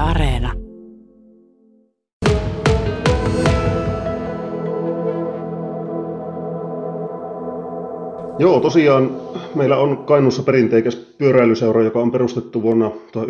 Areena. Joo, tosiaan meillä on Kainuussa perinteikäs pyöräilyseura, joka on perustettu vuonna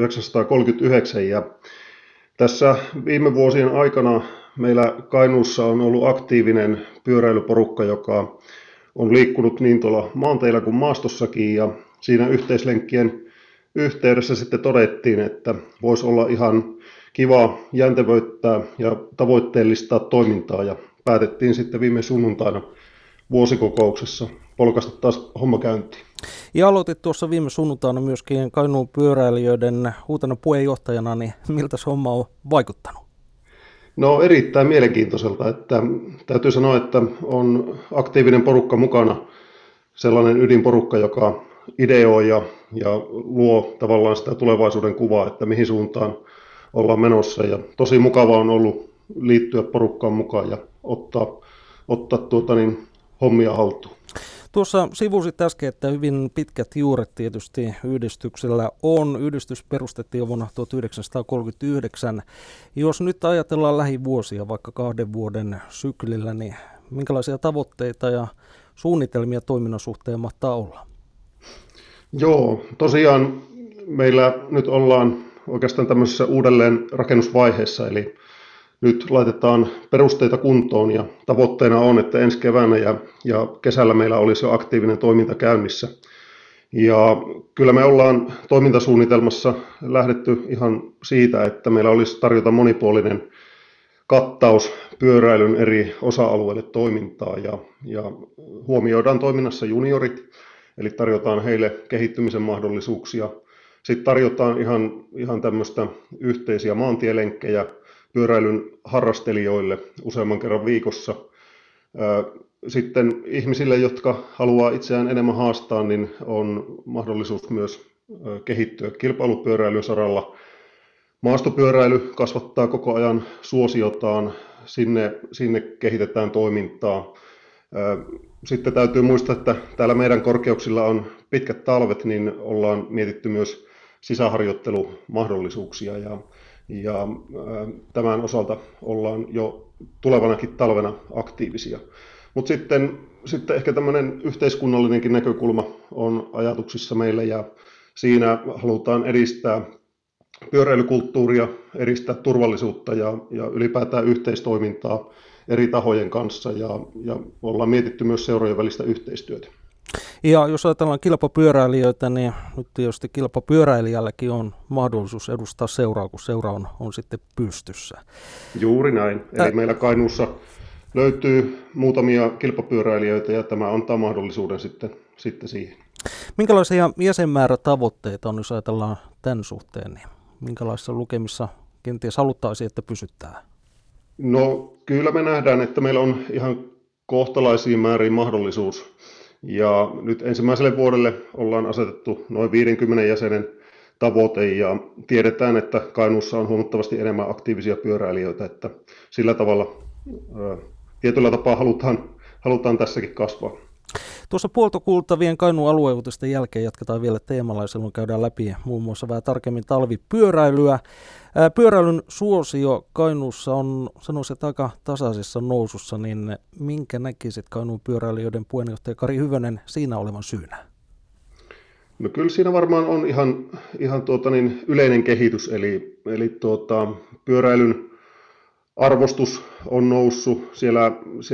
1939 ja tässä viime vuosien aikana meillä Kainuussa on ollut aktiivinen pyöräilyporukka, joka on liikkunut niin tuolla maanteillä kuin maastossakin ja siinä yhteislenkkien yhteydessä sitten todettiin, että voisi olla ihan kiva jäntevöittää ja tavoitteellistaa toimintaa ja päätettiin sitten viime sunnuntaina vuosikokouksessa polkaista taas homma käyntiin. Ja aloitit tuossa viime sunnuntaina myöskin Kainuun pyöräilijöiden uutena puheenjohtajana, niin miltä se homma on vaikuttanut? No erittäin mielenkiintoiselta, että täytyy sanoa, että on aktiivinen porukka mukana, sellainen ydinporukka, joka ideoi ja luo tavallaan sitä tulevaisuuden kuvaa, että mihin suuntaan ollaan menossa ja tosi mukava on ollut liittyä porukkaan mukaan ja ottaa hommia haltuun. Tuossa sivusit äsken, että hyvin pitkät juuret tietysti yhdistyksellä on. Yhdistys perustettiin jo vuonna 1939. Jos nyt ajatellaan lähivuosia, vaikka 2 vuoden syklillä, niin minkälaisia tavoitteita ja suunnitelmia toiminnan suhteen mahtaa olla? Joo, tosiaan meillä nyt ollaan oikeastaan tämmöisessä uudelleen rakennusvaiheessa, eli nyt laitetaan perusteita kuntoon ja tavoitteena on, että ensi keväänä ja kesällä meillä olisi jo aktiivinen toiminta käynnissä. Ja kyllä me ollaan toimintasuunnitelmassa lähdetty ihan siitä, että meillä olisi tarjota monipuolinen kattaus pyöräilyn eri osa-alueille toimintaa ja huomioidaan toiminnassa juniorit, eli tarjotaan heille kehittymisen mahdollisuuksia. Sitten tarjotaan ihan tämmöistä yhteisiä maantielenkkejä pyöräilyn harrastelijoille useamman kerran viikossa. Sitten ihmisille, jotka haluaa itseään enemmän haastaa, niin on mahdollisuus myös kehittyä kilpailupyöräilyn saralla. Maastopyöräily kasvattaa koko ajan suosiotaan, sinne kehitetään toimintaa. Sitten täytyy muistaa, että täällä meidän korkeuksilla on pitkät talvet, niin ollaan mietitty myös sisäharjoittelumahdollisuuksia ja tämän osalta ollaan jo tulevanakin talvena aktiivisia. Mutta sitten ehkä tämmöinen yhteiskunnallinenkin näkökulma on ajatuksissa meillä ja siinä halutaan edistää pyöräilykulttuuria, edistää turvallisuutta ja ylipäätään yhteistoimintaa eri tahojen kanssa ja ollaan mietitty myös seurojen välistä yhteistyötä. Ja jos ajatellaan kilpapyöräilijöitä, niin nyt tietysti kilpapyöräilijälläkin on mahdollisuus edustaa seuraa, kun seura on sitten pystyssä. Juuri näin. Eli meillä Kainuussa löytyy muutamia kilpapyöräilijöitä ja tämä antaa mahdollisuuden sitten siihen. Minkälaisia jäsenmäärätavoitteita on, jos ajatellaan tämän suhteen, niin minkälaisissa lukemissa kenties haluttaisiin, että pysyttää? No kyllä me nähdään, että meillä on ihan kohtalaisiin määriin mahdollisuus. Ja nyt ensimmäiselle vuodelle ollaan asetettu noin 50 jäsenen tavoite ja tiedetään, että Kainuussa on huomattavasti enemmän aktiivisia pyöräilijöitä, että sillä tavalla tietyllä tapaa halutaan tässäkin kasvaa. Tuossa puoltokuultavien Kainuun alueuutisten jälkeen jatketaan vielä teemalla ja silloin käydään läpi muun muassa vähän tarkemmin talvipyöräilyä. Pyöräilyn suosio Kainuussa on, sanoisin, aika tasaisessa nousussa, niin minkä näkisit Kainuun pyöräilijöiden puheenjohtaja Kari Hyvönen siinä olevan syynä? No kyllä siinä varmaan on ihan yleinen kehitys, eli pyöräilyn arvostus on noussut siellä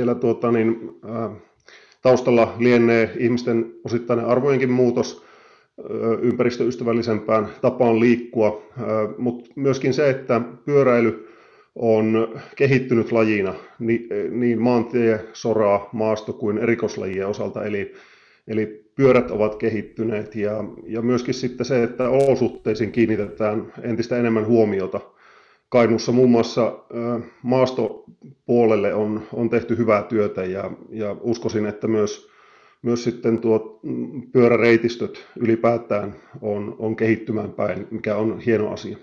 taustalla lienee ihmisten osittainen arvojenkin muutos ympäristöystävällisempään tapaan liikkua, mutta myöskin se, että pyöräily on kehittynyt lajina niin maantie, sora, maasto kuin erikoislajien osalta, eli pyörät ovat kehittyneet ja myöskin sitten se, että olosuhteisiin kiinnitetään entistä enemmän huomiota. Kainuussa muun muassa maastopuolelle on tehty hyvää työtä ja uskoisin, että myös sitten pyöräreitistöt ylipäätään on kehittymään päin, mikä on hieno asia.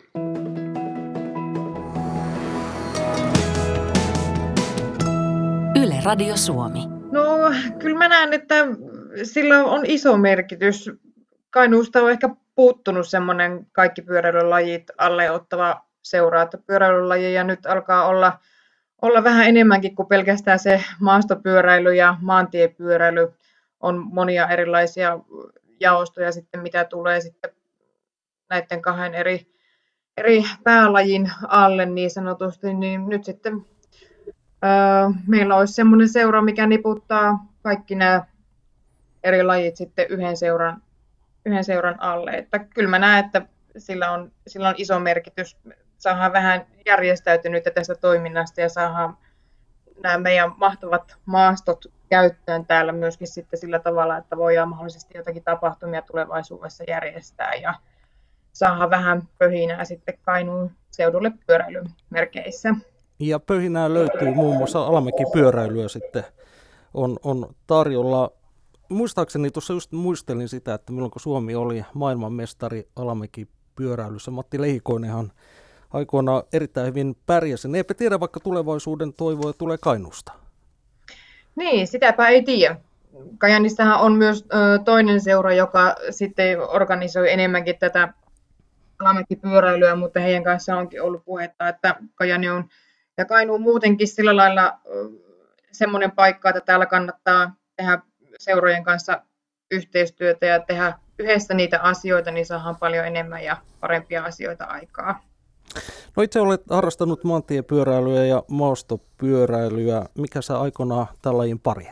Yle Radio Suomi. No kyllä mä näen, että sillä on iso merkitys. Kainuusta on ehkä puuttunut semmoinen kaikki pyöräilylajit alle ottava seuraa, että pyöräilylajeja nyt alkaa olla vähän enemmänkin kuin pelkästään se maastopyöräily ja maantiepyöräily. On monia erilaisia jaostoja sitten, mitä tulee sitten näiden kahden eri päälajin alle niin sanotusti, niin nyt sitten meillä olisi semmoinen seura, mikä niputtaa kaikki nämä eri lajit sitten yhden seuran alle. Että kyllä mä näen, että sillä on iso merkitys. Saadaan vähän järjestäytynyttä tästä toiminnasta ja saadaan nämä meidän mahtavat maastot käyttöön täällä myöskin sitten sillä tavalla, että voidaan mahdollisesti jotakin tapahtumia tulevaisuudessa järjestää ja saadaan vähän pöhinää sitten Kainuun seudulle pyöräilymerkeissä. Ja pöhinää löytyy muun muassa alamäkipyöräilyä sitten on tarjolla. Muistaakseni tuossa just muistelin sitä, että milloin kun Suomi oli maailmanmestari alamäkipyöräilyssä, Matti Lehikoinenhan aikoinaan erittäin hyvin pärjäsi. Eipä tiedä, vaikka tulevaisuuden toivoja tulee Kainuusta. Niin, sitäpä ei tiedä. Kajaanistahan on myös toinen seura, joka sitten organisoi enemmänkin tätä alamäkipyöräilyä, mutta heidän kanssaan onkin ollut puhetta, että Kajaani on ja Kainuu muutenkin sillä lailla semmoinen paikka, että täällä kannattaa tehdä seurojen kanssa yhteistyötä ja tehdä yhdessä niitä asioita, niin saadaan paljon enemmän ja parempia asioita aikaa. No itse olet harrastanut maantiepyöräilyä ja maastopyöräilyä. Mikä sä aikoinaan tämän lajin parin?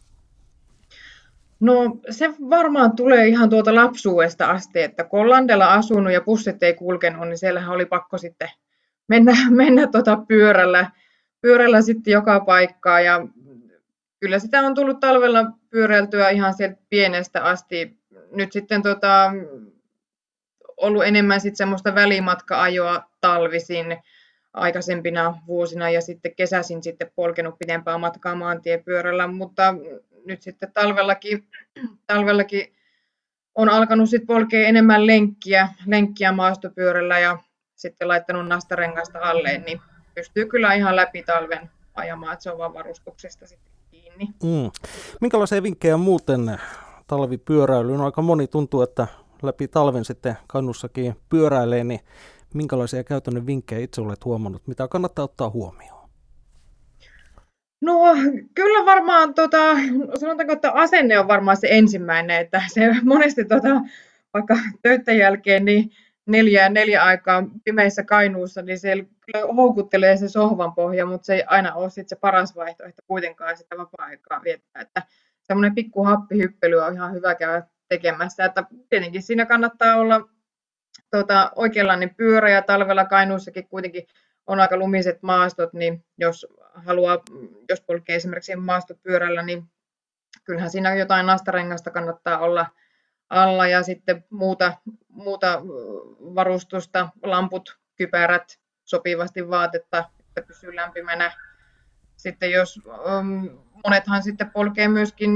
No se varmaan tulee ihan tuolta lapsuudesta asti, että kun on Landella asunut ja bussit ei kulkenut, niin siellähän oli pakko sitten mennä pyörällä sitten joka paikkaan. Ja kyllä sitä on tullut talvella pyöräiltyä ihan sieltä pienestä asti. Nyt sitten ollut enemmän sitten semmoista välimatka-ajoa talvisin aikaisempina vuosina ja sitten kesäisin sitten polkenut pidempää matkaa maantiepyörällä, mutta nyt sitten talvellakin on alkanut sitten polkea enemmän lenkkiä maastopyörällä ja sitten laittanut nastarengasta alle, niin pystyy kyllä ihan läpi talven ajamaan, että se on vaan varustuksesta sitten kiinni. Minkälaisia vinkkejä muuten talvipyöräilyyn? Aika moni tuntuu, että läpi talven sitten Kainuussakin pyöräilee, niin minkälaisia käytännön vinkkejä itse olet huomannut, mitä kannattaa ottaa huomioon? No kyllä varmaan, sanotaanko, että asenne on varmaan se ensimmäinen, että se monesti vaikka töiden jälkeen niin neljä aikaa pimeissä Kainuussa, niin se kyllä houkuttelee se sohvan pohja, mutta se ei aina ole sit se paras vaihtoehto kuitenkaan sitä vapaa-aikaa viettää, että semmoinen pikku happihyppely on ihan hyvä käydä tekemässä, että tietenkin siinä kannattaa olla oikeanlainen pyörä ja talvella Kainuussakin kuitenkin on aika lumiset maastot, niin jos polkee esimerkiksi maastopyörällä, niin kyllähän siinä jotain nastarengasta kannattaa olla alla ja sitten muuta varustusta, lamput, kypärät, sopivasti vaatetta, että pysyy lämpimänä. Sitten jos monethan sitten polkee myöskin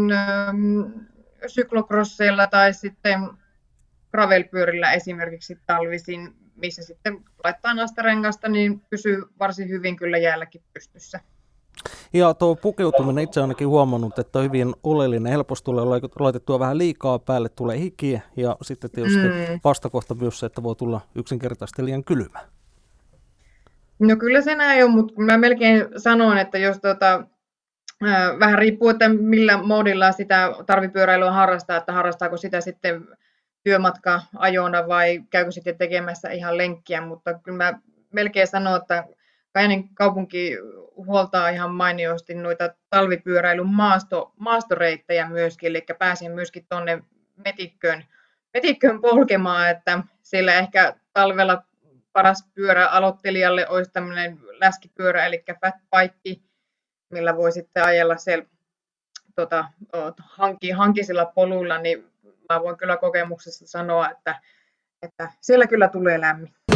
syklokrosseilla tai sitten gravelpyörillä esimerkiksi talvisin, missä sitten laittaa nastarengasta, niin pysyy varsin hyvin kyllä jäälläkin pystyssä. Ja tuo pukeutuminen itse ainakin huomannut, että on hyvin oleellinen. Helposti tulee laitettua vähän liikaa, päälle tulee hikiä ja sitten tietysti vastakohta myös se, että voi tulla yksinkertaisesti liian kylmä. No kyllä se näin on, mutta mä melkein sanon, että jos vähän riippuu, että millä moodilla sitä talvipyöräilyä harrastaa, että harrastaako sitä sitten työmatka-ajona vai käykö sitten tekemässä ihan lenkkiä, mutta kyllä mä melkein sanon, että Kajaanin kaupunki huoltaa ihan mainiosti noita talvipyöräilyn maastoreittejä myöskin, eli pääsen myöskin tuonne metikköön polkemaan, että siellä ehkä talvella paras pyörä aloittelijalle olisi tämmöinen läskipyörä, eli fat bike, millä voi sitten ajella siellä hankisilla poluilla, niin mä voin kyllä kokemuksessa sanoa, että siellä kyllä tulee lämmin.